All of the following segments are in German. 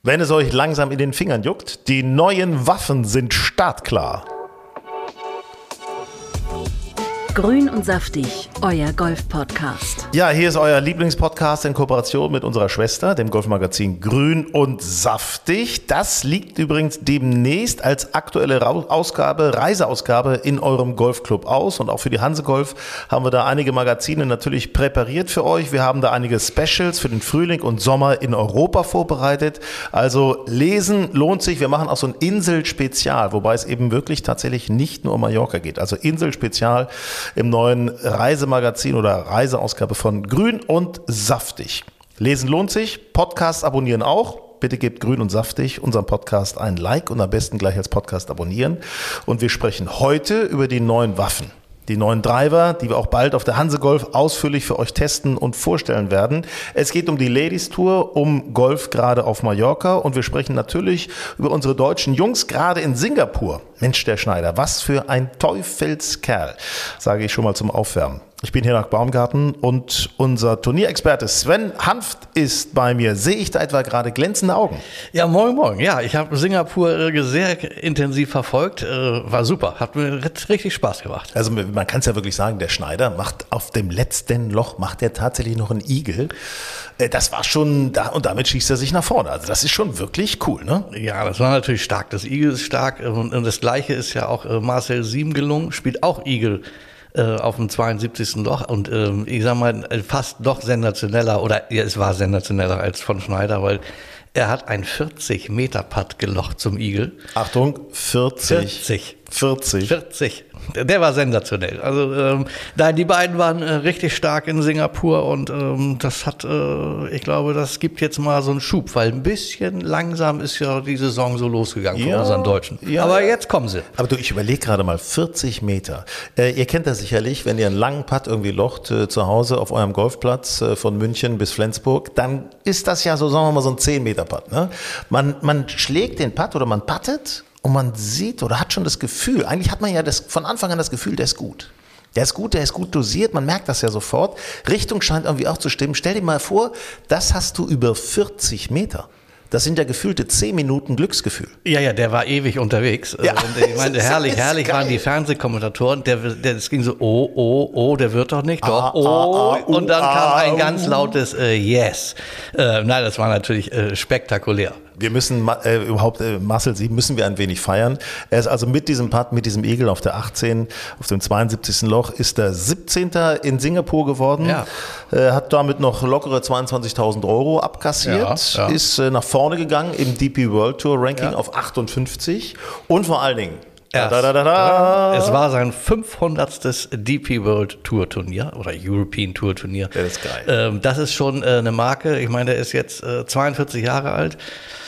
Wenn es euch langsam in den Fingern juckt, die neuen Waffen sind startklar. Grün und saftig, euer Golf-Podcast. Ja, hier ist euer Lieblingspodcast in Kooperation mit unserer Schwester, dem Golfmagazin Grün und saftig. Das liegt übrigens demnächst als aktuelle Reiseausgabe in eurem Golfclub aus. Und auch für die Hanse Golf haben wir da einige Magazine natürlich präpariert für euch. Wir haben da einige Specials für den Frühling und Sommer in Europa vorbereitet. Also lesen lohnt sich. Wir machen auch so ein Insel-Spezial, wobei es eben wirklich tatsächlich nicht nur um Mallorca geht. Also Insel-Spezial im neuen Reisemagazin oder Reiseausgabe von Grün und saftig. Lesen lohnt sich, Podcast abonnieren auch. Bitte gebt Grün und saftig unserem Podcast ein Like und am besten gleich als Podcast abonnieren. Und wir sprechen heute über die neuen Waffen. Die neuen Driver, die wir auch bald auf der Hanse Golf ausführlich für euch testen und vorstellen werden. Es geht um die Ladies Tour, um Golf gerade auf Mallorca und wir sprechen natürlich über unsere deutschen Jungs gerade in Singapur. Mensch, der Schneider, was für ein Teufelskerl, sage ich schon mal zum Aufwärmen. Ich bin Hinak Baumgarten und unser Turnierexperte Sven Hanft ist bei mir. Sehe ich da etwa gerade glänzende Augen? Ja, moin. Ja, ich habe Singapur sehr intensiv verfolgt. War super, hat mir richtig Spaß gemacht. Also man kann es ja wirklich sagen, der Schneider macht auf dem letzten Loch, macht er tatsächlich noch einen Igel. Das war schon da und damit schießt er sich nach vorne. Also das ist schon wirklich cool, ne? Ja, das war natürlich stark. Das Igel ist stark und das Gleiche ist ja auch Marcel Siem gelungen, spielt auch Igel auf dem 72. Loch und ich sag mal, fast noch sensationeller, oder ja, es war sensationeller als von Schneider, weil er hat einen 40-Meter-Putt gelocht zum Igel. Achtung, 40. Der war sensationell. Also die beiden waren richtig stark in Singapur und das hat, ich glaube, das gibt jetzt mal so einen Schub, weil ein bisschen langsam ist ja die Saison so losgegangen von unseren Deutschen. Ja, aber jetzt kommen sie. Aber du, ich überlege gerade mal, 40 Meter. Ihr kennt das sicherlich, wenn ihr einen langen Putt irgendwie locht zu Hause auf eurem Golfplatz von München bis Flensburg, dann ist das ja so, sagen wir mal, so ein 10-Meter-Putt. Ne? Man schlägt den Putt oder man puttet und man sieht oder hat schon das Gefühl, eigentlich hat man ja von Anfang an das Gefühl, der ist gut. Der ist gut dosiert, man merkt das ja sofort. Richtung scheint irgendwie auch zu stimmen. Stell dir mal vor, das hast du über 40 Meter. Das sind ja gefühlte 10 Minuten Glücksgefühl. Ja, der war ewig unterwegs. Ja, und ich meine, herrlich waren die Fernsehkommentatoren. Es ging so, der wird doch nicht, doch, und dann kam ein ganz lautes Yes. Nein, das war natürlich spektakulär. Wir müssen Marcel Siem müssen wir ein wenig feiern. Er ist also mit diesem Putt, mit diesem Igel auf der 18, auf dem 72. Loch, ist er 17. in Singapur geworden. Ja. Hat damit noch lockere 22.000 Euro abkassiert, ja. Ist nach vorne gegangen im DP World Tour Ranking auf 58 und vor allen Dingen es war sein 500. DP World Tour Turnier oder European Tour Turnier. Das ist geil. Das ist schon eine Marke. Ich meine, der ist jetzt 42 Jahre alt.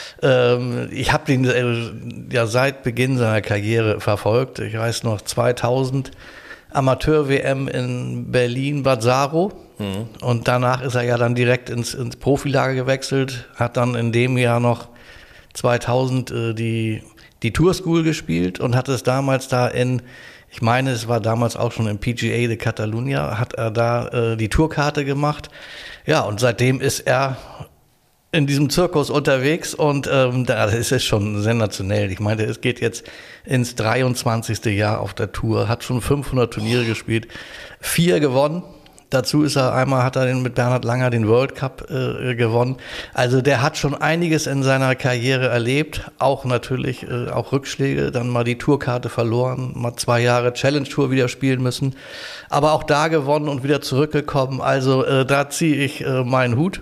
Ich habe den ja seit Beginn seiner Karriere verfolgt. Ich weiß noch 2000 Amateur-WM in Berlin-Bad Saro. Und danach ist er ja dann direkt ins Profilager gewechselt, hat dann in dem Jahr noch 2000 die Tour School gespielt und hat es damals da ich meine, es war damals auch schon im PGA de Catalunya, hat er da die Tourkarte gemacht. Ja, und seitdem ist er in diesem Zirkus unterwegs und das ist schon sensationell. Ich meine, es geht jetzt ins 23. Jahr auf der Tour, hat schon 500 Turniere gespielt, 4 gewonnen. Dazu hat er mit Bernhard Langer den World Cup gewonnen. Also der hat schon einiges in seiner Karriere erlebt, auch natürlich auch Rückschläge, dann mal die Tourkarte verloren, mal 2 Jahre Challenge Tour wieder spielen müssen, aber auch da gewonnen und wieder zurückgekommen. Also da ziehe ich meinen Hut.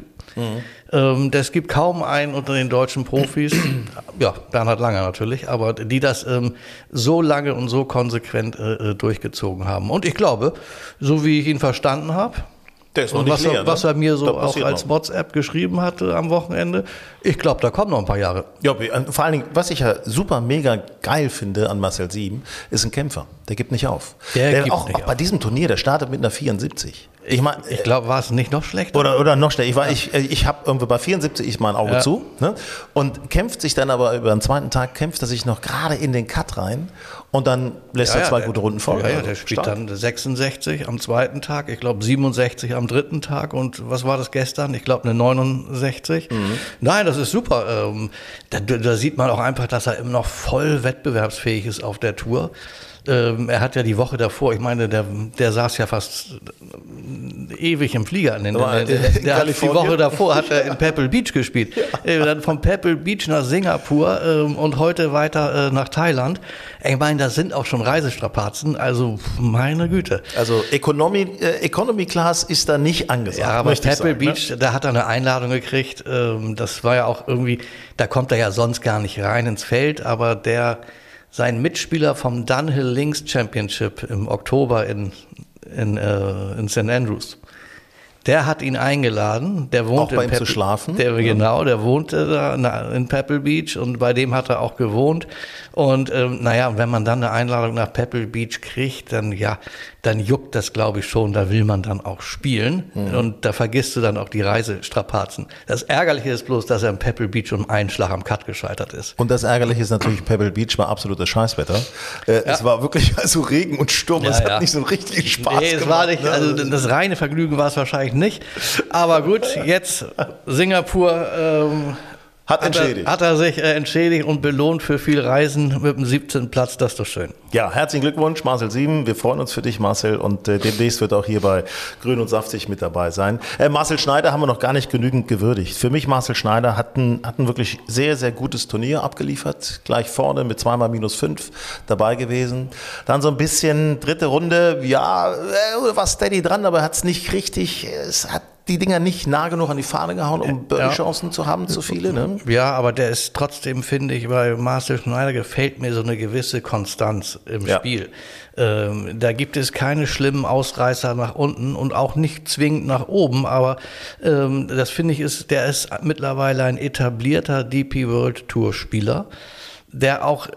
Es gibt kaum einen unter den deutschen Profis, ja, Bernhard Langer natürlich, aber die das so lange und so konsequent durchgezogen haben. Und ich glaube, so wie ich ihn verstanden habe, der ist noch nicht leer, was er mir so auch als WhatsApp geschrieben hatte am Wochenende, ich glaube, da kommen noch ein paar Jahre. Ja, vor allen Dingen, was ich ja super mega geil finde an Marcel Siem, ist ein Kämpfer. Der gibt nicht auf. Der gibt auch bei diesem Turnier, der startet mit einer 74. Ich meine, Ich glaube, war es nicht noch schlechter? oder noch schneller. Ich habe irgendwie bei 74 ist mein Auge zu, ne? Und kämpft sich dann aber über den zweiten Tag, kämpft er sich noch gerade in den Cut rein und dann lässt er zwei gute Runden folgen. Ja, der spielt dann 66 am zweiten Tag, ich glaube 67 am dritten Tag und was war das gestern? Ich glaube eine 69. Nein, das ist super. Da sieht man auch einfach, dass er immer noch voll wettbewerbsfähig ist auf der Tour. Er hat ja die Woche davor, ich meine, der saß ja fast ewig im Flieger. Der hat die Woche davor hat er in Pebble Beach gespielt. Dann von Pebble Beach nach Singapur und heute weiter nach Thailand. Ich meine, das sind auch schon Reisestrapazen, also meine Güte. Also Economy Class ist da nicht angesagt. Ja, aber Pebble Beach, da hat er eine Einladung gekriegt. Das war ja auch irgendwie, da kommt er ja sonst gar nicht rein ins Feld, aber sein Mitspieler vom Dunhill Links Championship im Oktober in St. Andrews, der hat ihn eingeladen. Der wohnt auch bei ihm zu schlafen? Genau, der wohnte da in Pebble Beach und bei dem hat er auch gewohnt. Und wenn man dann eine Einladung nach Pebble Beach kriegt, dann juckt das, glaube ich, schon. Da will man dann auch spielen und da vergisst du dann auch die Reisestrapazen. Das Ärgerliche ist bloß, dass er in Pebble Beach um einen Schlag am Cut gescheitert ist. Und das Ärgerliche ist natürlich, Pebble Beach war absolutes Scheißwetter. Es war wirklich Regen und Sturm. Es hat nicht so einen richtigen Spaß gemacht. Es war nicht, also das reine Vergnügen war es wahrscheinlich nicht. Aber gut, jetzt Singapur hat er sich entschädigt und belohnt für viel Reisen mit dem 17. Platz, das ist doch schön. Ja, herzlichen Glückwunsch, Marcel Sieben. Wir freuen uns für dich, Marcel, und demnächst wird auch hier bei Grün und Saftig mit dabei sein. Marcel Schneider haben wir noch gar nicht genügend gewürdigt. Für mich, Marcel Schneider hat ein wirklich sehr, sehr gutes Turnier abgeliefert. Gleich vorne mit zweimal -5 dabei gewesen. Dann so ein bisschen dritte Runde, war steady dran, aber hat es nicht richtig, es hat die Dinger nicht nah genug an die Fahne gehauen, um Birdie-Chancen zu haben, zu viele, ne? Ja, aber der ist trotzdem, finde ich, bei Marcel Schneider gefällt mir so eine gewisse Konstanz im Spiel. Da gibt es keine schlimmen Ausreißer nach unten und auch nicht zwingend nach oben, aber das finde ich der ist mittlerweile ein etablierter DP World Tour Spieler. Der auch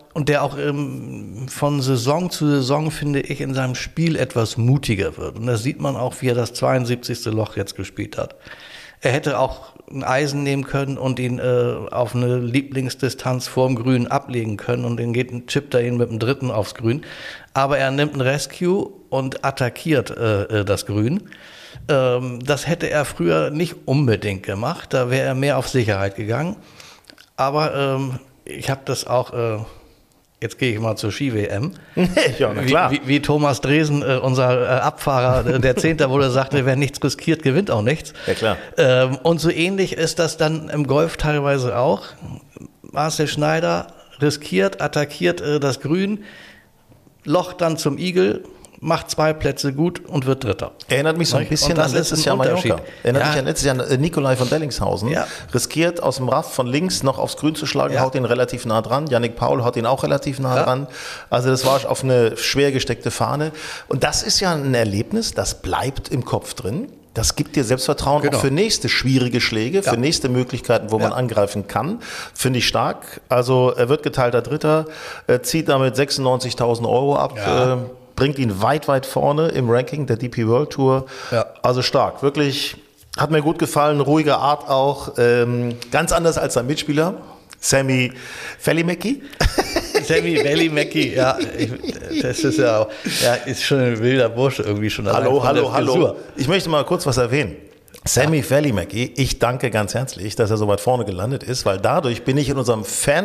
von Saison zu Saison, finde ich, in seinem Spiel etwas mutiger wird. Und das sieht man auch, wie er das 72. Loch jetzt gespielt hat. Er hätte auch ein Eisen nehmen können und ihn auf eine Lieblingsdistanz vorm Grün ablegen können und dann chippt er ihn mit dem dritten aufs Grün. Aber er nimmt ein Rescue und attackiert das Grün. Das hätte er früher nicht unbedingt gemacht, da wäre er mehr auf Sicherheit gegangen. Aber ich habe das auch, jetzt gehe ich mal zur Ski-WM, ja, na klar. Wie Thomas Dresen, unser Abfahrer, der Zehnter, wo er sagte, wer nichts riskiert, gewinnt auch nichts. Ja, klar. Und so ähnlich ist das dann im Golf teilweise auch. Marcel Schneider riskiert, attackiert das Grün, Loch dann zum Igel, macht 2 Plätze gut und wird Dritter. Erinnert mich so ein bisschen an letztes Jahr Mallorca. Erinnert mich an letztes Jahr Nikolai von Dellingshausen. Ja. Riskiert aus dem Raff von links noch aufs Grün zu schlagen, haut ihn relativ nah dran. Yannick Paul haut ihn auch relativ nah dran. Also das war auf eine schwer gesteckte Fahne. Und das ist ja ein Erlebnis, das bleibt im Kopf drin. Das gibt dir Selbstvertrauen auch für nächste schwierige Schläge, für nächste Möglichkeiten, wo man angreifen kann. Finde ich stark. Also er wird geteilter Dritter, zieht damit 96.000 Euro ab. Ja. Bringt ihn weit, weit vorne im Ranking der DP World Tour. Ja. Also stark, wirklich, hat mir gut gefallen, ruhige Art auch, ganz anders als sein Mitspieler, Sami Välimäki. Sami Välimäki, das ist ist schon ein wilder Bursche irgendwie schon. Hallo. Ich möchte mal kurz was erwähnen. Sami Välimäki, ich danke ganz herzlich, dass er so weit vorne gelandet ist, weil dadurch bin ich in unserem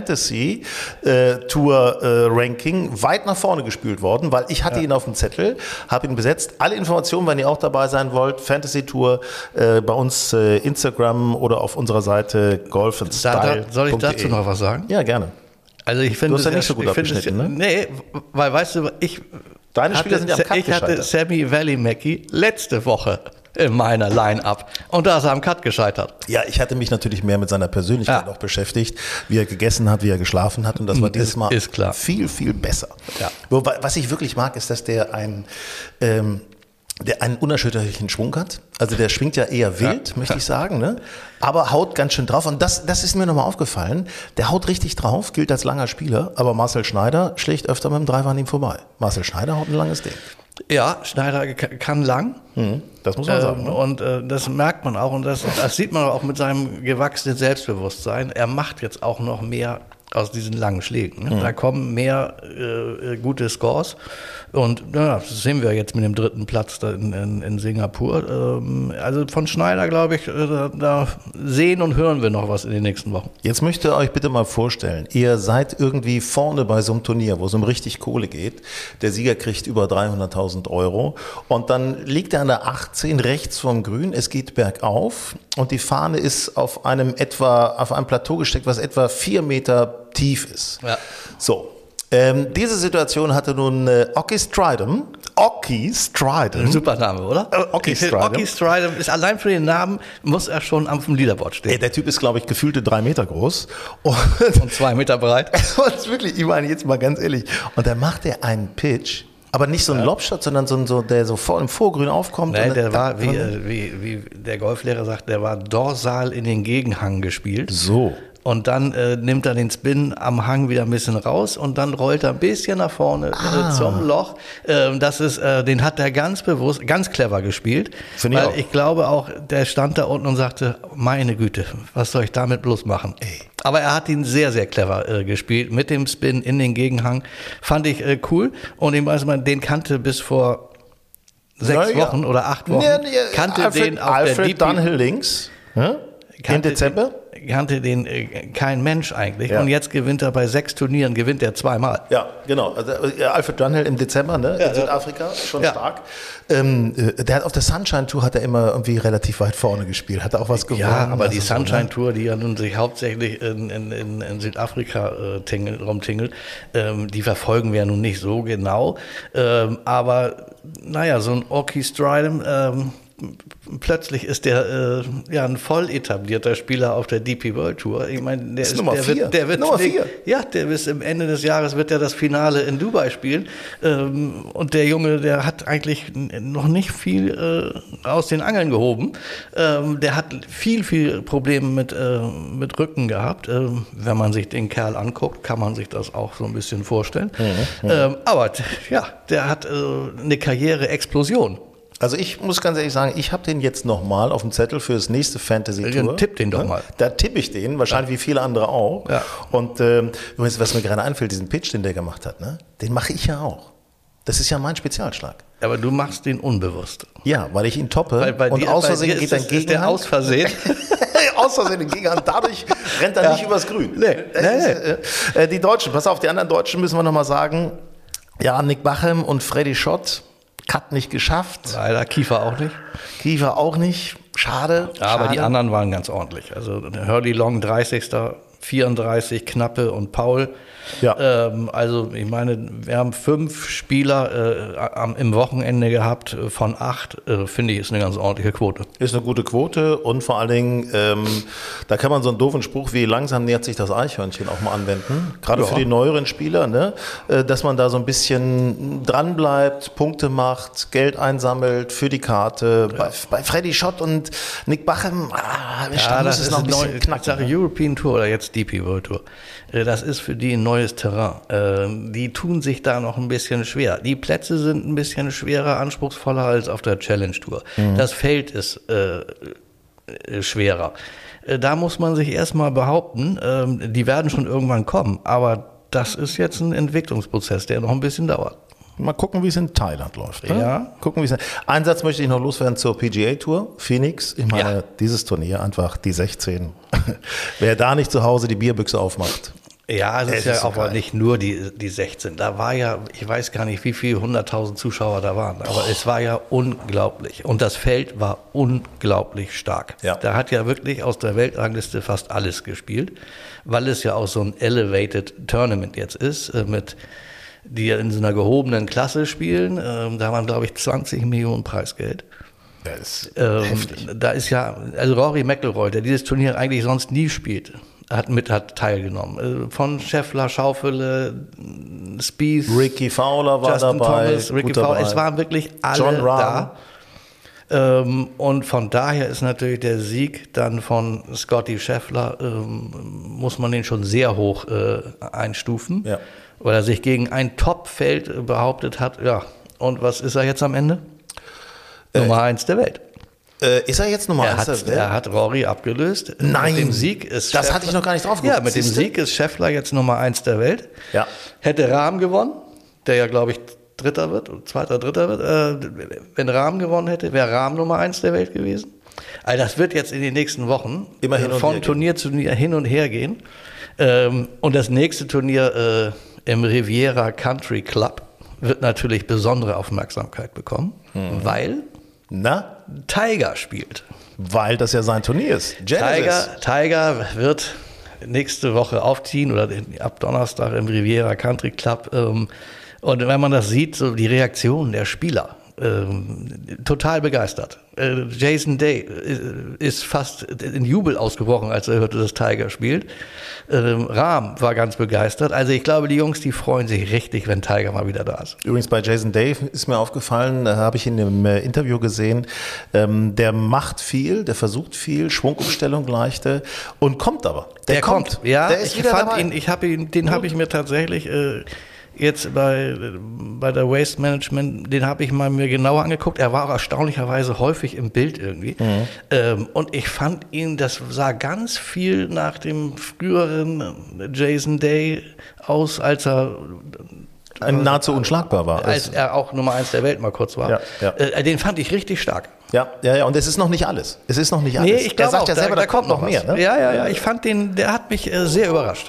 Fantasy-Tour-Ranking weit nach vorne gespült worden, weil ich hatte ihn auf dem Zettel, habe ihn besetzt. Alle Informationen, wenn ihr auch dabei sein wollt, Fantasy-Tour bei uns Instagram oder auf unserer Seite golfandstyle.de. Soll ich dazu noch was sagen? Ja, gerne. Also ich finde, du hast ja nicht so gut abgeschnitten, ne? Nee, weil weißt du, Deine Spieler sind ja am Cut ich hatte Sami Välimäki letzte Woche in meiner Line-Up. Und da ist er am Cut gescheitert. Ja, ich hatte mich natürlich mehr mit seiner Persönlichkeit auch beschäftigt, wie er gegessen hat, wie er geschlafen hat. Und das war dieses Mal viel, viel besser. Ja. Wobei, was ich wirklich mag, ist, dass der einen unerschütterlichen Schwung hat. Also der schwingt ja eher wild, möchte ich sagen, ne? Aber haut ganz schön drauf. Und das ist mir nochmal aufgefallen. Der haut richtig drauf, gilt als langer Spieler. Aber Marcel Schneider schlägt öfter mit dem Driver an ihm vorbei. Marcel Schneider haut ein langes Ding. Ja, Schneider kann lang. Das muss man sagen. Ne? Und das merkt man auch und das sieht man auch mit seinem gewachsenen Selbstbewusstsein. Er macht jetzt auch noch mehr aus diesen langen Schlägen. Ne? Da kommen mehr gute Scores und ja, das sehen wir jetzt mit dem 3. Platz da in Singapur. Also von Schneider, glaube ich, da sehen und hören wir noch was in den nächsten Wochen. Jetzt möchtet ihr euch bitte mal vorstellen, ihr seid irgendwie vorne bei so einem Turnier, wo es um richtig Kohle geht. Der Sieger kriegt über 300.000 Euro und dann liegt er an der 18 rechts vom Grün, es geht bergauf und die Fahne ist auf einem Plateau gesteckt, was etwa 4 Meter tief ist. Ja. So, diese Situation hatte nun Occy Stridham. Super Name, oder? Occy Stridham. Occy Stridham ist allein für den Namen, muss er schon am Leaderboard stehen. Der Typ ist, glaube ich, gefühlte 3 Meter groß. Und 2 Meter breit. Und wirklich, ich meine jetzt mal ganz ehrlich. Und dann macht er einen Pitch, aber nicht so einen Lobshot, sondern der so im Vorgrün aufkommt. Nein, der war, wie der Golflehrer sagt, der war dorsal in den Gegenhang gespielt. So. Und dann nimmt er den Spin am Hang wieder ein bisschen raus und dann rollt er ein bisschen nach vorne zum Loch. Den hat er ganz bewusst, ganz clever gespielt. Finde ich auch. Ich glaube auch, der stand da unten und sagte, meine Güte, was soll ich damit bloß machen? Aber er hat ihn sehr, sehr clever gespielt mit dem Spin in den Gegenhang. Fand ich cool. Und ich weiß mal, den kannte bis vor 6 Wochen oder 8 Wochen. Kannte den auf Alfred Dunhill links. Im Dezember? Kannte den kein Mensch eigentlich. Ja. Und jetzt gewinnt er bei 6 Turnieren, gewinnt er 2-mal. Ja, genau. Also, Alfred Dunhill im Dezember, ne? In Südafrika, schon stark. Der hat auf der Sunshine Tour hat er immer irgendwie relativ weit vorne gespielt, hat er auch was gewonnen. Ja, aber die Sunshine Tour, die ja nun sich hauptsächlich in Südafrika rumtingelt, die verfolgen wir ja nun nicht so genau. Aber naja, so ein Occy Stridham, plötzlich ist der ein voll etablierter Spieler auf der DP World Tour. Ich meine, der ist Nummer 4. Nummer 4. Ja, der bis am Ende des Jahres wird er das Finale in Dubai spielen. Und der Junge, der hat eigentlich noch nicht viel aus den Angeln gehoben. Der hat viel Probleme mit Rücken gehabt. Wenn man sich den Kerl anguckt, kann man sich das auch so ein bisschen vorstellen. Aber ja, der hat eine Karriere-Explosion. Also ich muss ganz ehrlich sagen, ich habe den jetzt nochmal auf dem Zettel für das nächste Fantasy-Tour. Tipp den doch mal. Da tippe ich den, wahrscheinlich wie viele andere auch. Ja. Und übrigens, was mir gerade einfällt, diesen Pitch, den der gemacht hat, ne? Den mache ich ja auch. Das ist ja mein Spezialschlag. Aber du machst den unbewusst. Ja, weil ich ihn toppe und aus Versehen geht dann gegen der aus Versehen. Aus Versehen den Gegenhand. Dadurch rennt er nicht übers Grün. Nee. Die Deutschen, pass auf, die anderen Deutschen müssen wir nochmal sagen. Ja, Nick Bachem und Freddy Schott. Cut nicht geschafft. Leider, Kiefer auch nicht. Schade. Aber die anderen waren ganz ordentlich. Also Hurley Long 30. 34, Knappe und Paul. Ja. Also ich meine, wir haben 5 Spieler im Wochenende gehabt von 8. Finde ich, ist eine ganz ordentliche Quote. Ist eine gute Quote und vor allen Dingen, da kann man so einen doofen Spruch wie langsam nähert sich das Eichhörnchen auch mal anwenden. Gerade für die neueren Spieler, ne? Dass man da so ein bisschen dran bleibt, Punkte macht, Geld einsammelt für die Karte. Ja. Bei Freddy Schott und Nick Bachem, das ist noch ein bisschen knackig. Ich sage European Tour oder jetzt DP World Tour. Das ist für die ein neues Terrain. Die tun sich da noch ein bisschen schwer. Die Plätze sind ein bisschen schwerer, anspruchsvoller als auf der Challenge Tour. Das Feld ist schwerer. Da muss man sich erstmal behaupten, die werden schon irgendwann kommen. Aber das ist jetzt ein Entwicklungsprozess, der noch ein bisschen dauert. Mal gucken, wie es in Thailand läuft. Ne? Ja. Einen Satz möchte ich noch loswerden zur PGA Tour. Phoenix, ich meine, dieses Turnier einfach die 16. Wer da nicht zu Hause die Bierbüchse aufmacht. Ja, es ist ja auch geil. Nicht nur die 16. Da war ja, ich weiß gar nicht, wie viele 100.000 Zuschauer da waren. Aber es war ja unglaublich. Und das Feld war unglaublich stark. Ja. Da hat ja wirklich aus der Weltrangliste fast alles gespielt, weil es ja auch so ein Elevated Tournament jetzt ist, die in so einer gehobenen Klasse spielen. Da waren, glaube ich, 20 Millionen Preisgeld. Das ist heftig. Da ist ja, also Rory McIlroy, der dieses Turnier eigentlich sonst nie spielt, hat teilgenommen. Von Scheffler, Schaufele, Spieth, Ricky Fowler war Justin dabei. Thomas, Ricky Fowler. Es waren wirklich alle da. Und von daher ist natürlich der Sieg dann von Scottie Scheffler, muss man den schon sehr hoch einstufen. Ja. Weil er sich gegen ein Top-Feld behauptet hat, ja. Und was ist er jetzt am Ende? Nummer 1 der Welt. Ist er jetzt Nummer 1 der Welt? Er hat Rory abgelöst. Nein, mit dem Sieg ist das hatte ich noch gar nicht drauf geguckt. Ja, mit dem Sieg ist Scheffler jetzt Nummer 1 der Welt. Ja. Hätte Rahm gewonnen, der ja, glaube ich, Dritter wird, Zweiter, Dritter wird. Wenn Rahm gewonnen hätte, wäre Rahm Nummer 1 der Welt gewesen. Also das wird jetzt in den nächsten Wochen immer von Turnier zu Turnier hin und her gehen. Und das nächste Turnier im Riviera Country Club wird natürlich besondere Aufmerksamkeit bekommen, weil Tiger spielt. Weil das ja sein Turnier ist. Tiger wird nächste Woche aufziehen oder ab Donnerstag im Riviera Country Club. Und wenn man das sieht, so die Reaktionen der Spieler, total begeistert. Jason Day ist fast in Jubel ausgebrochen, als er hörte, dass Tiger spielt. Rahm war ganz begeistert. Also ich glaube, die Jungs, die freuen sich richtig, wenn Tiger mal wieder da ist. Übrigens bei Jason Day ist mir aufgefallen, da habe ich in dem Interview gesehen, der macht viel, der versucht viel, Schwungumstellung leichte und kommt aber. Der kommt. Ja, der ist ich fand ihn, den habe ich mir tatsächlich jetzt bei der Waste Management, den habe ich mal mir genauer angeguckt. Er war auch erstaunlicherweise häufig im Bild irgendwie. Und ich fand ihn, das sah ganz viel nach dem früheren Jason Day aus, als er nahezu unschlagbar war. Als er auch Nummer 1 der Welt mal kurz war. Ja. Den fand ich richtig stark. Ja, und es ist noch nicht alles. Es ist noch nicht alles. Nee, ich glaube, er sagt ja selber, da kommt noch mehr. Ne? Ja, ich fand der hat mich sehr überrascht.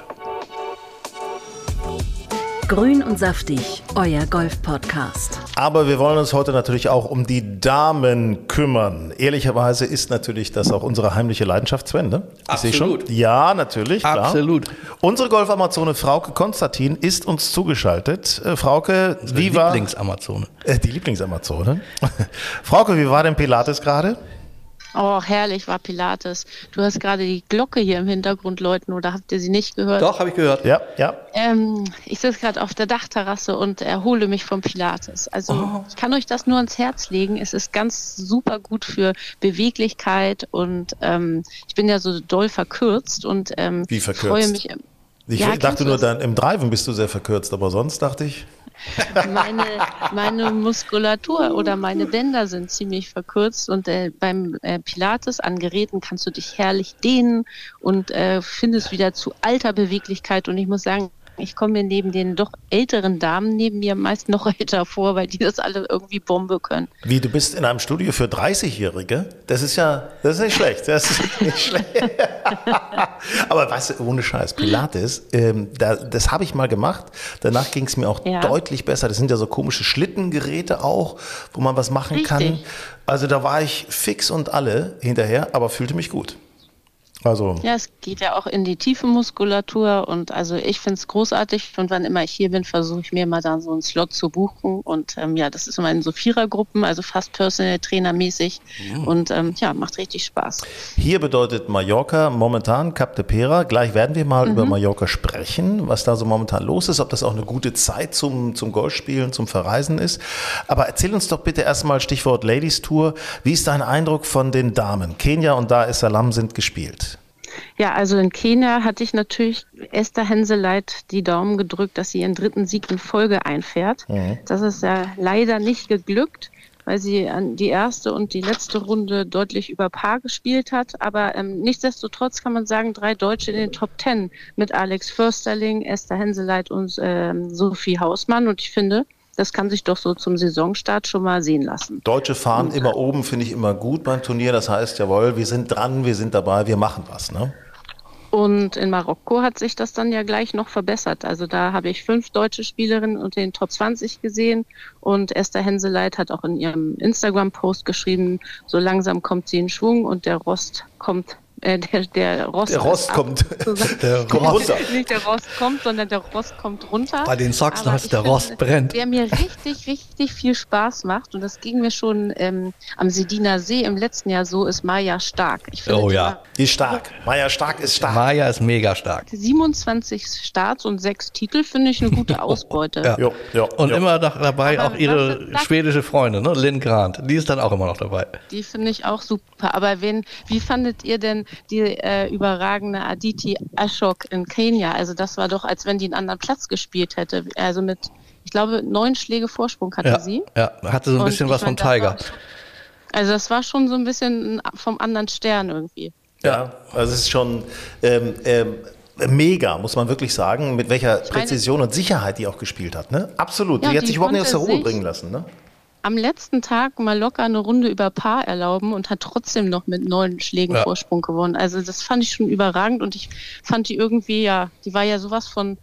Grün und saftig, euer Golf-Podcast. Aber wir wollen uns heute natürlich auch um die Damen kümmern. Ehrlicherweise ist natürlich das auch unsere heimliche Leidenschaft, Sven, ne? Absolut. Ja, natürlich, klar. Absolut. Unsere Golf-Amazone Frauke Konstantin ist uns zugeschaltet. Frauke, wie war... Lieblingsamazone. Die Lieblingsamazone. Frauke, wie war denn Pilates gerade? Oh, herrlich war Pilates. Du hast gerade die Glocke hier im Hintergrund läuten, oder habt ihr sie nicht gehört? Doch, habe ich gehört. Ja. Ich sitze gerade auf der Dachterrasse und erhole mich vom Pilates. Also ich kann euch das nur ans Herz legen. Es ist ganz super gut für Beweglichkeit und ich bin ja so doll verkürzt und Wie verkürzt? freue mich. Ich dachte nur, dann im Driven bist du sehr verkürzt, aber sonst dachte ich... Meine Muskulatur oder meine Bänder sind ziemlich verkürzt und beim Pilates an Geräten kannst du dich herrlich dehnen und findest wieder zu alter Beweglichkeit. Und ich muss sagen, ich komme mir neben den doch älteren Damen neben mir meist noch älter vor, weil die das alle irgendwie Bombe können. Wie, du bist in einem Studio für 30-Jährige? Das ist nicht schlecht. Das ist nicht schlecht. Aber weißt du, ohne Scheiß, Pilates, das habe ich mal gemacht. Danach ging es mir auch deutlich besser. Das sind ja so komische Schlittengeräte auch, wo man was machen kann. Also da war ich fix und alle hinterher, aber fühlte mich gut. Also. Ja, es geht ja auch in die tiefe Muskulatur und also ich finde es großartig und wann immer ich hier bin, versuche ich mir mal da so einen Slot zu buchen und das ist immer in so Vierergruppen, also fast Personal Trainer mäßig und macht richtig Spaß. Hier bedeutet Mallorca momentan Cap de Pera. Gleich werden wir mal über Mallorca sprechen, was da so momentan los ist, ob das auch eine gute Zeit zum Golfspielen, zum Verreisen ist. Aber erzähl uns doch bitte erstmal Stichwort Ladies Tour. Wie ist dein Eindruck von den Damen? Kenia und Dar es Salaam sind gespielt. Ja, also in Kenia hatte ich natürlich Esther Henseleit die Daumen gedrückt, dass sie ihren 3. Sieg in Folge einfährt. Das ist ja leider nicht geglückt, weil sie die erste und die letzte Runde deutlich über Par gespielt hat. Aber nichtsdestotrotz kann man sagen, 3 Deutsche in den Top 10 mit Alex Försterling, Esther Henseleit und Sophie Hausmann. Und ich finde, das kann sich doch so zum Saisonstart schon mal sehen lassen. Deutsche fahren immer oben, finde ich immer gut beim Turnier. Das heißt, jawohl, wir sind dran, wir sind dabei, wir machen was, ne? Und in Marokko hat sich das dann ja gleich noch verbessert. Also da habe ich 5 deutsche Spielerinnen unter den Top 20 gesehen. Und Esther Henseleit hat auch in ihrem Instagram-Post geschrieben, so langsam kommt sie in Schwung und der Rost kommt. Der Rost kommt runter. Nicht der Rost kommt, sondern der Rost kommt runter. Bei den Sachsen heißt der Rost brennt. Der mir richtig, richtig viel Spaß macht, und das ging mir schon am Sediner See im letzten Jahr so, ist Maja Stark. Ich finde, die ist stark. Maja Stark ist stark. Maja ist mega stark. 27 Starts und 6 Titel finde ich eine gute Ausbeute. Und immer noch dabei auch ihre schwedische Freundin, ne? Lynn Grant. Die ist dann auch immer noch dabei. Die finde ich auch super. Aber wie fandet ihr denn die überragende Aditi Ashok in Kenia? Also das war doch, als wenn die einen anderen Platz gespielt hätte. Also mit Ich glaube, 9 Schläge Vorsprung hatte sie. Ja, hatte so ein bisschen was vom Tiger. Also das war schon so ein bisschen vom anderen Stern irgendwie. Ja, also es ist schon mega, muss man wirklich sagen, mit welcher Präzision und Sicherheit die auch gespielt hat. Ne? Absolut, Ja, die hat sich überhaupt nicht aus der Ruhe sich bringen lassen. Ne? am letzten Tag mal locker eine Runde über Paar erlauben und hat trotzdem noch mit 9 Schlägen Vorsprung gewonnen. Also das fand ich schon überragend und ich fand die irgendwie, die war ja sowas von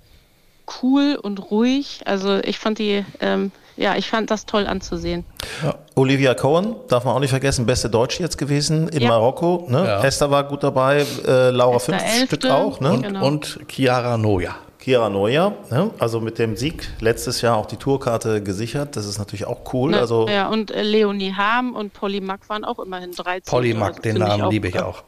cool und ruhig. Also ich fand die, ich fand das toll anzusehen. Ja. Olivia Cohen, darf man auch nicht vergessen, beste Deutsche jetzt gewesen in Marokko. Ne? Ja. Esther war gut dabei, Laura Esther 5 Stück auch. Ne? Und Chiara Noja. Chiara Noja, ne? Also mit dem Sieg letztes Jahr auch die Tourkarte gesichert. Das ist natürlich auch cool. Ne, also und Leonie Harm und Polly Mack waren auch immerhin 13. Polly Mack, den Namen liebe ich auch.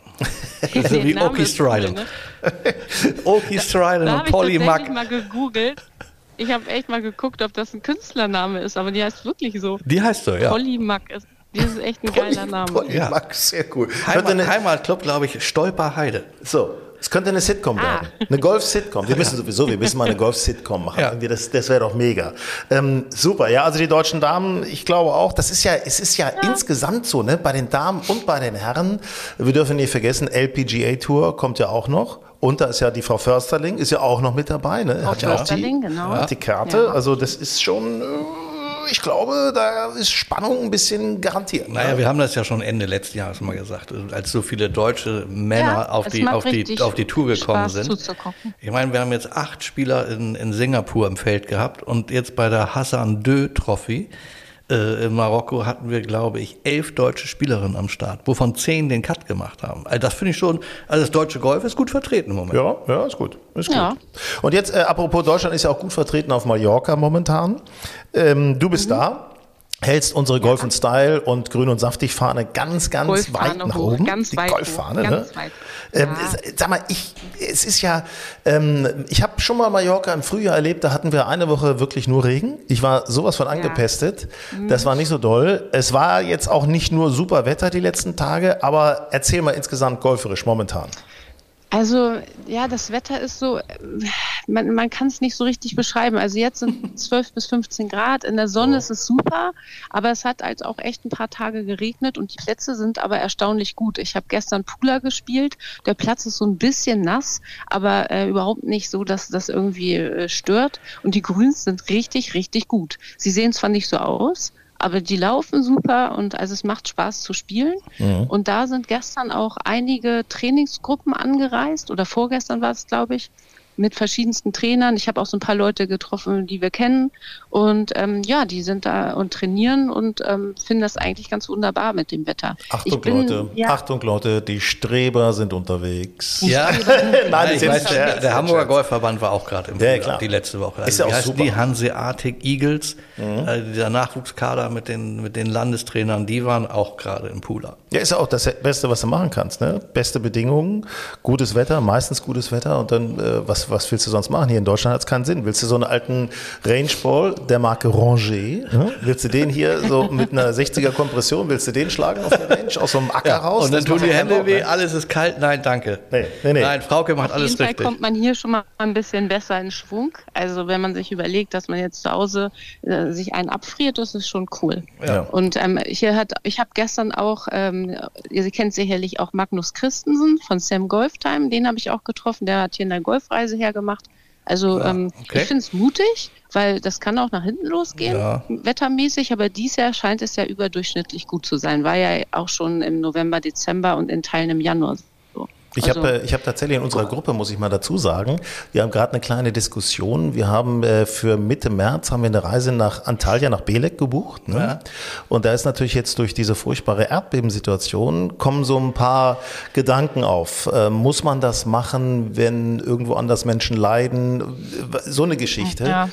So wie Oki Strident. Cool, ne? Oki Strident und Polly Mack. Ich habe mal gegoogelt. Ich habe echt mal geguckt, ob das ein Künstlername ist, aber die heißt wirklich so. Die heißt so, ja. Polly Mack ist. Das ist echt ein geiler Name. Polly Mack, sehr cool. Heimatclub, glaube ich, Stolperheide. So. Es könnte eine Sitcom werden. Eine Golf-Sitcom. Wir müssen mal eine Golf-Sitcom machen. Ja. Das wäre doch mega. Super, ja, also die deutschen Damen, ich glaube auch, es ist ja insgesamt so, ne, bei den Damen und bei den Herren, wir dürfen nicht vergessen, LPGA Tour kommt ja auch noch. Und da ist ja die Frau Försterling, ist ja auch noch mit dabei, ne? Frau Försterling, genau. Hat die Karte, also das ist schon... Ich glaube, da ist Spannung ein bisschen garantiert. Naja, wir haben das ja schon Ende letzten Jahres mal gesagt, als so viele deutsche Männer auf die Tour gekommen sind. Ich meine, wir haben jetzt 8 Spieler in Singapur im Feld gehabt und jetzt bei der Hassan II Trophy in Marokko hatten wir, glaube ich, 11 deutsche Spielerinnen am Start, wovon 10 den Cut gemacht haben. Also das finde ich schon, also das deutsche Golf ist gut vertreten im Moment. Ja, ist gut. Und jetzt, apropos Deutschland ist ja auch gut vertreten auf Mallorca momentan. Du bist da. Hältst unsere Golf und Style und Grün und Saftig Fahne ganz weit nach oben. Ganz weit Golffahne, hoch, ne? weit. Sag mal, ich habe schon mal Mallorca im Frühjahr erlebt, da hatten wir eine Woche wirklich nur Regen. Ich war sowas von angepestet. Das war nicht so doll. Es war jetzt auch nicht nur super Wetter die letzten Tage, aber erzähl mal insgesamt golferisch momentan. Also, ja, das Wetter ist so, man kann es nicht so richtig beschreiben. Also jetzt sind 12 bis 15 Grad, in der Sonne ist es super, aber es hat halt auch echt ein paar Tage geregnet und die Plätze sind aber erstaunlich gut. Ich habe gestern Pula gespielt, der Platz ist so ein bisschen nass, aber überhaupt nicht so, dass das irgendwie stört und die Grüns sind richtig, richtig gut. Sie sehen zwar nicht so aus, aber die laufen super und also es macht Spaß zu spielen. Mhm. Und da sind gestern auch einige Trainingsgruppen angereist oder vorgestern war es, glaube ich, mit verschiedensten Trainern. Ich habe auch so ein paar Leute getroffen, die wir kennen und die sind da und trainieren und finden das eigentlich ganz wunderbar mit dem Wetter. Achtung Leute, die Streber sind unterwegs. Ja, nein, ich weiß, der Hamburger Golfverband war auch gerade im Frühjahr, die letzte Woche. Also ist ja auch super. Die Hanseatic Eagles, dieser Nachwuchskader mit den Landestrainern, die waren auch gerade im Pula. Ja, ist ja auch das Beste, was du machen kannst. Ne? Beste Bedingungen, gutes Wetter, meistens gutes Wetter und dann was willst du sonst machen? Hier in Deutschland hat es keinen Sinn. Willst du so einen alten Rangeball der Marke Ranger, willst du den hier so mit einer 60er Kompression, willst du den schlagen auf der Range, aus so einem Acker raus? Und dann tun die Hände weh, alles ist kalt. Nein, danke. Nee. Nein, Frauke macht alles richtig. Auf jeden Fall kommt man hier schon mal ein bisschen besser in Schwung. Also wenn man sich überlegt, dass man jetzt zu Hause sich einen abfriert, das ist schon cool. Ja. Und ich habe gestern auch, ihr kennt sicherlich auch Magnus Christensen von Sam Golftime, den habe ich auch getroffen, der hat hier eine Golfreise hergemacht. Also ich finde es mutig, weil das kann auch nach hinten losgehen, wettermäßig, aber dieses Jahr scheint es ja überdurchschnittlich gut zu sein. War ja auch schon im November, Dezember und in Teilen im Januar. Ich hab tatsächlich in unserer Gruppe, muss ich mal dazu sagen, wir haben gerade eine kleine Diskussion. Wir haben für Mitte März haben wir eine Reise nach Antalya, nach Belek gebucht. Ne? Ja. Und da ist natürlich jetzt durch diese furchtbare Erdbebensituation kommen so ein paar Gedanken auf. Muss man das machen, wenn irgendwo anders Menschen leiden? So eine Geschichte. Ja.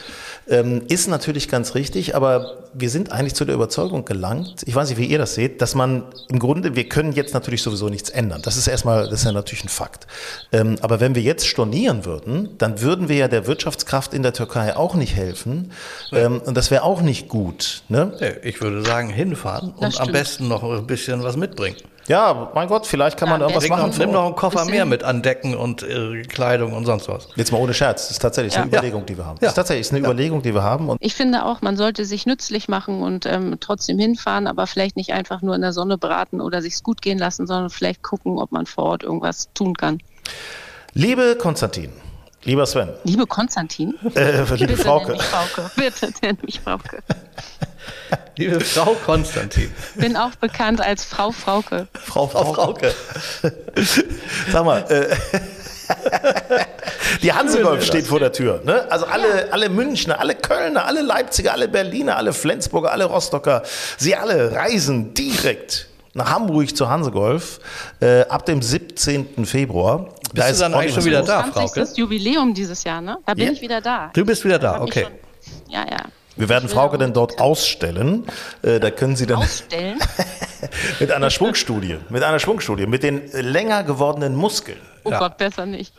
Ist natürlich ganz richtig, aber wir sind eigentlich zu der Überzeugung gelangt, ich weiß nicht, wie ihr das seht, dass man im Grunde, wir können jetzt natürlich sowieso nichts ändern. Das ist ja natürlich ein Fakt. Aber wenn wir jetzt stornieren würden, dann würden wir ja der Wirtschaftskraft in der Türkei auch nicht helfen. Und das wäre auch nicht gut. Ne? Ich würde sagen, hinfahren und am besten noch ein bisschen was mitbringen. Ja, mein Gott, vielleicht kann man irgendwas machen. Nimm noch einen Koffer mehr mit an Decken und Kleidung und sonst was. Jetzt mal ohne Scherz, das ist tatsächlich eine Überlegung, die wir haben. Das ist tatsächlich eine Überlegung, die wir haben. Und ich finde auch, man sollte sich nützlich machen und trotzdem hinfahren, aber vielleicht nicht einfach nur in der Sonne braten oder sich's gut gehen lassen, sondern vielleicht gucken, ob man vor Ort irgendwas tun kann. Liebe Konstantin, lieber Sven. Liebe Konstantin? Liebe Frauke. Bitte nenn mich Frauke. Liebe Frau Konstantin. Bin auch bekannt als Frau Frauke. Frau Frauke. Sag mal, die Hansegolf steht vor der Tür. Ne? Also alle Münchner, alle Kölner, alle Leipziger, alle Berliner, alle Flensburger, alle Rostocker, sie alle reisen direkt nach Hamburg zur Hansegolf ab dem 17. Februar. Bist du dann eigentlich schon wieder da, Frauke? Das Jubiläum dieses Jahr, ne? Da bin ich wieder da. Du bist wieder da, okay. Ja. Wir werden Frauke dann dort ausstellen. Da können Sie dann ausstellen? mit einer Schwungstudie, mit den länger gewordenen Muskeln. Oh Gott, besser nicht.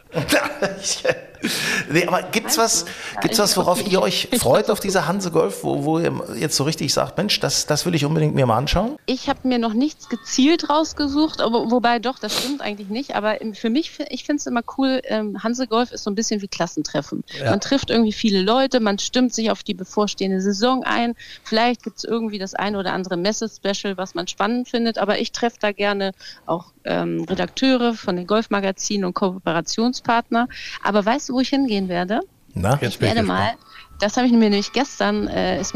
Nee, aber gibt's was, worauf ihr euch freut auf dieser Hansegolf, wo ihr jetzt so richtig sagt, Mensch, das will ich unbedingt mir mal anschauen? Ich habe mir noch nichts gezielt rausgesucht, aber, wobei doch, das stimmt eigentlich nicht. Aber für mich, ich finde es immer cool, Hansegolf ist so ein bisschen wie Klassentreffen. Ja. Man trifft irgendwie viele Leute, man stimmt sich auf die bevorstehende Saison ein. Vielleicht gibt es irgendwie das ein oder andere Messe-Special, was man spannend findet. Aber ich treffe da gerne auch Redakteure von den Golfmagazinen und Kooperationspartner. Aber weißt du, wo ich hingehen werde? Na, ich werde mal, das habe ich mir nämlich gestern,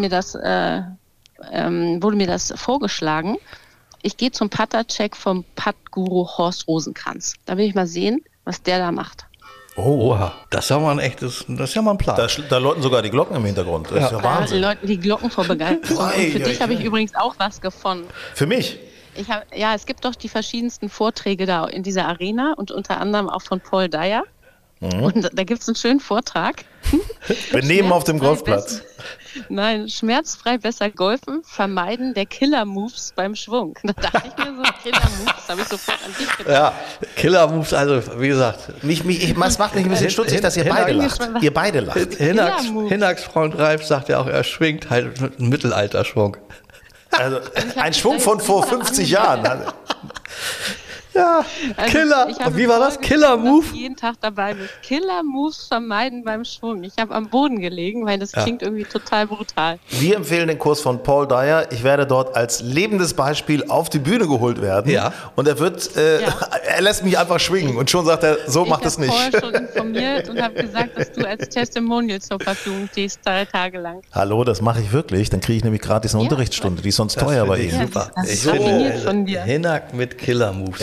wurde mir das vorgeschlagen. Ich gehe zum Putter-Check vom Putt-Guru Horst Rosenkranz. Da will ich mal sehen, was der da macht. Oh, oha, das ist ja mal ein Plan. Da läuten sogar die Glocken im Hintergrund. Das ist ja Wahnsinn. Da läuten die Glocken vor Begeisterung. Und für dich habe ich übrigens auch was gefunden. Für mich? Es gibt doch die verschiedensten Vorträge da in dieser Arena und unter anderem auch von Paul Dyer. Mhm. Und da gibt es einen schönen Vortrag. Wir nehmen auf dem Golfplatz. Schmerzfrei besser golfen, vermeiden der Killer-Moves beim Schwung. Da dachte ich mir so, Killer-Moves, habe ich sofort an dich gedacht. Ja, Killer-Moves, also wie gesagt. Es macht mich ein bisschen stutzig, dass ihr beide lacht. Ihr beide lacht. Hinnags Freund Ralf sagt ja auch, er schwingt halt mit einem Mittelalterschwung. Also ein Schwung von vor 50 Jahren. Ja, Killer. Und wie war das? Killer-Move? Jeden Tag dabei mit Killer-Moves vermeiden beim Schwung. Ich habe am Boden gelegen, weil das klingt irgendwie total brutal. Wir empfehlen den Kurs von Paul Dyer. Ich werde dort als lebendes Beispiel auf die Bühne geholt werden. Ja. Und er lässt mich einfach schwingen. Und schon sagt er, so macht es nicht. Ich habe vorher schon informiert und habe gesagt, dass du als Testimonial zur Verfügung stehst, 3 Tage lang. Hallo, das mache ich wirklich. Dann kriege ich nämlich gratis eine Unterrichtsstunde. Die ist sonst teuer bei Ihnen. Super. Das ist raffiniert von dir. Hinnack mit Killer-Moves.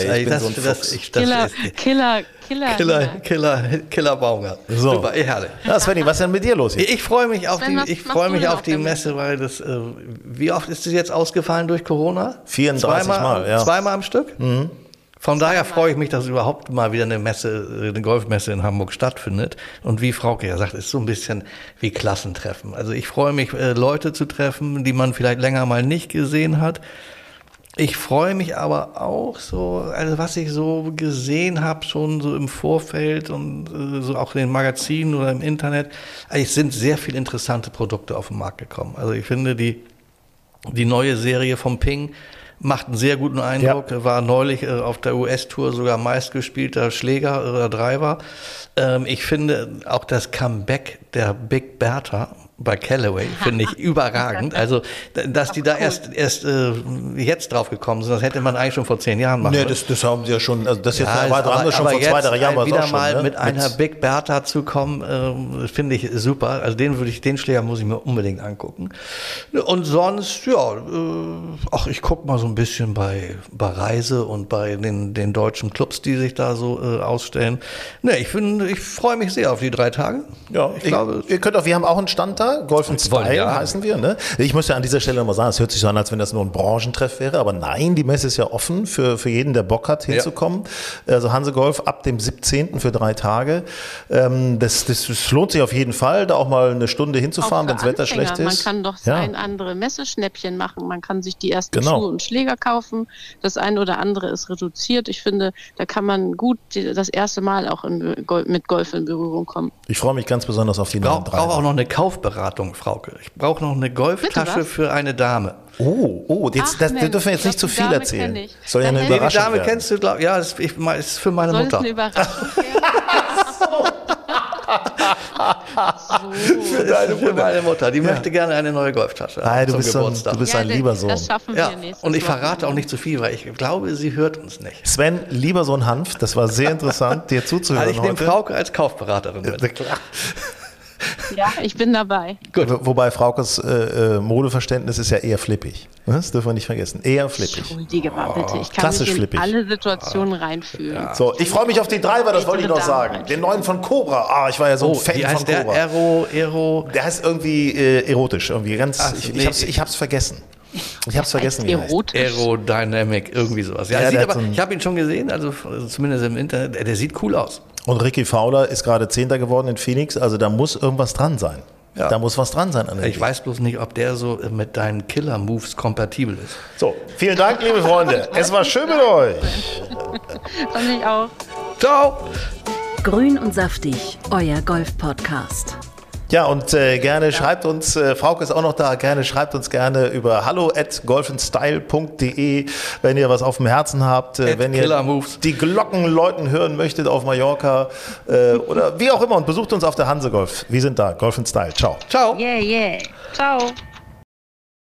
Killer Baumgart. So. Super, herrlich. Ja, Svenny, was ist denn mit dir los hier? Ich freue mich auf die Messe, weil das, wie oft ist das jetzt ausgefallen durch Corona? 34 Mal, ja. Zweimal am Stück? Mhm. Von daher freue ich mich, dass überhaupt mal wieder eine Golfmesse in Hamburg stattfindet. Und wie Frauke ja sagt, ist so ein bisschen wie Klassentreffen. Also ich freue mich, Leute zu treffen, die man vielleicht länger mal nicht gesehen hat. Ich freue mich aber auch so, also was ich so gesehen habe, schon so im Vorfeld und so auch in den Magazinen oder im Internet, es sind sehr viele interessante Produkte auf den Markt gekommen. Also ich finde, die neue Serie vom Ping macht einen sehr guten Eindruck, war neulich auf der US-Tour sogar meistgespielter Schläger oder Driver. Ich finde auch das Comeback der Big Bertha bei Callaway finde ich überragend. Also, dass die da erst jetzt drauf gekommen sind, das hätte man eigentlich schon vor 10 Jahren machen müssen. Nee, das haben sie ja schon, also das jetzt haben wir schon vor 2, 3 Jahren wieder mal mit einer Big Bertha zu kommen, finde ich super. Also den Schläger muss ich mir unbedingt angucken. Und sonst, ich gucke mal so ein bisschen bei Reise und bei den deutschen Clubs, die sich da so ausstellen. Nee, ich freue mich sehr auf die 3 Tage. Ja, wir haben auch einen Stand da. Golf in Style heißen wir. Ne? Ich muss ja an dieser Stelle nochmal sagen, es hört sich so an, als wenn das nur ein Branchentreff wäre, aber nein, die Messe ist ja offen für jeden, der Bock hat, hinzukommen. Ja. Also Hansegolf ab dem 17. für 3 Tage. Das lohnt sich auf jeden Fall, da auch mal eine Stunde hinzufahren, wenn das Wetter schlecht ist. Man kann doch andere Messeschnäppchen machen. Man kann sich die ersten Schuhe und Schläger kaufen. Das eine oder andere ist reduziert. Ich finde, da kann man gut das erste Mal auch mit Golf in Berührung kommen. Ich freue mich ganz besonders auf die neuen 3. Auch noch eine Kaufberatung Golfberatung, Frauke. Ich brauche noch eine Golftasche für eine Dame. Oh, jetzt, das dürfen wir jetzt nicht zu viel erzählen. Soll ja eine Die Überraschung Dame werden. kennst du, glaub, ja, ist für meine Soll Mutter. es eine Überraschung werden? Das ist für meine Mutter. Die möchte gerne eine neue Golftasche Nein, du zum bist Geburtstag. ein lieber Sohn. Das schaffen Ja, wir nächstes und ich Wochenende. verrate auch nicht zu viel, weil ich glaube, sie hört uns nicht. Sven, lieber Sohn Hanf, das war sehr interessant, dir zuzuhören Also ich nehme heute. Frauke als Kaufberaterin mit. Ja, ich bin dabei. Wobei Fraukes Modeverständnis ist ja eher flippig. Das dürfen wir nicht vergessen. Eher flippig. Entschuldige mal bitte. Ich kann klassisch mich in flippig. alle Situationen reinfühlen. So, ich freue mich auf den Driver, das wollte ich noch Ältere Damen sagen. Den neuen von Cobra. Ich war ja so ein Fan Wie von heißt der? Cobra. Aero. Der heißt irgendwie erotisch, irgendwie ganz. Ach, nee. Ich hab's vergessen. Ich hab's vergessen. Wie er heißt. Erotisch. Aerodynamic, irgendwie sowas. Ja, Ja, sieht der hat aber, so ein- ich habe ihn schon gesehen, also zumindest im Internet. Der sieht cool aus. Und Ricky Fowler ist gerade 10. geworden in Phoenix, also da muss irgendwas dran sein. Ja. Da muss was dran sein an der Ich weiß bloß nicht, ob der so mit deinen Killer-Moves kompatibel ist. So, vielen Dank, liebe Freunde. Es war schön mit euch. Fand ich auch. Ciao! Grün und saftig, euer Golf-Podcast. Ja, und gerne schreibt uns, Frauke ist auch noch da, schreibt uns gerne über hallo@golfandstyle.de, wenn ihr was auf dem Herzen habt, wenn ihr Killer-Moves. die Glocken läuten hören möchtet auf Mallorca oder wie auch immer und besucht uns auf der Hanse Golf. Wir sind da, Golf and Style. Ciao. Ciao! Yeah. Ciao.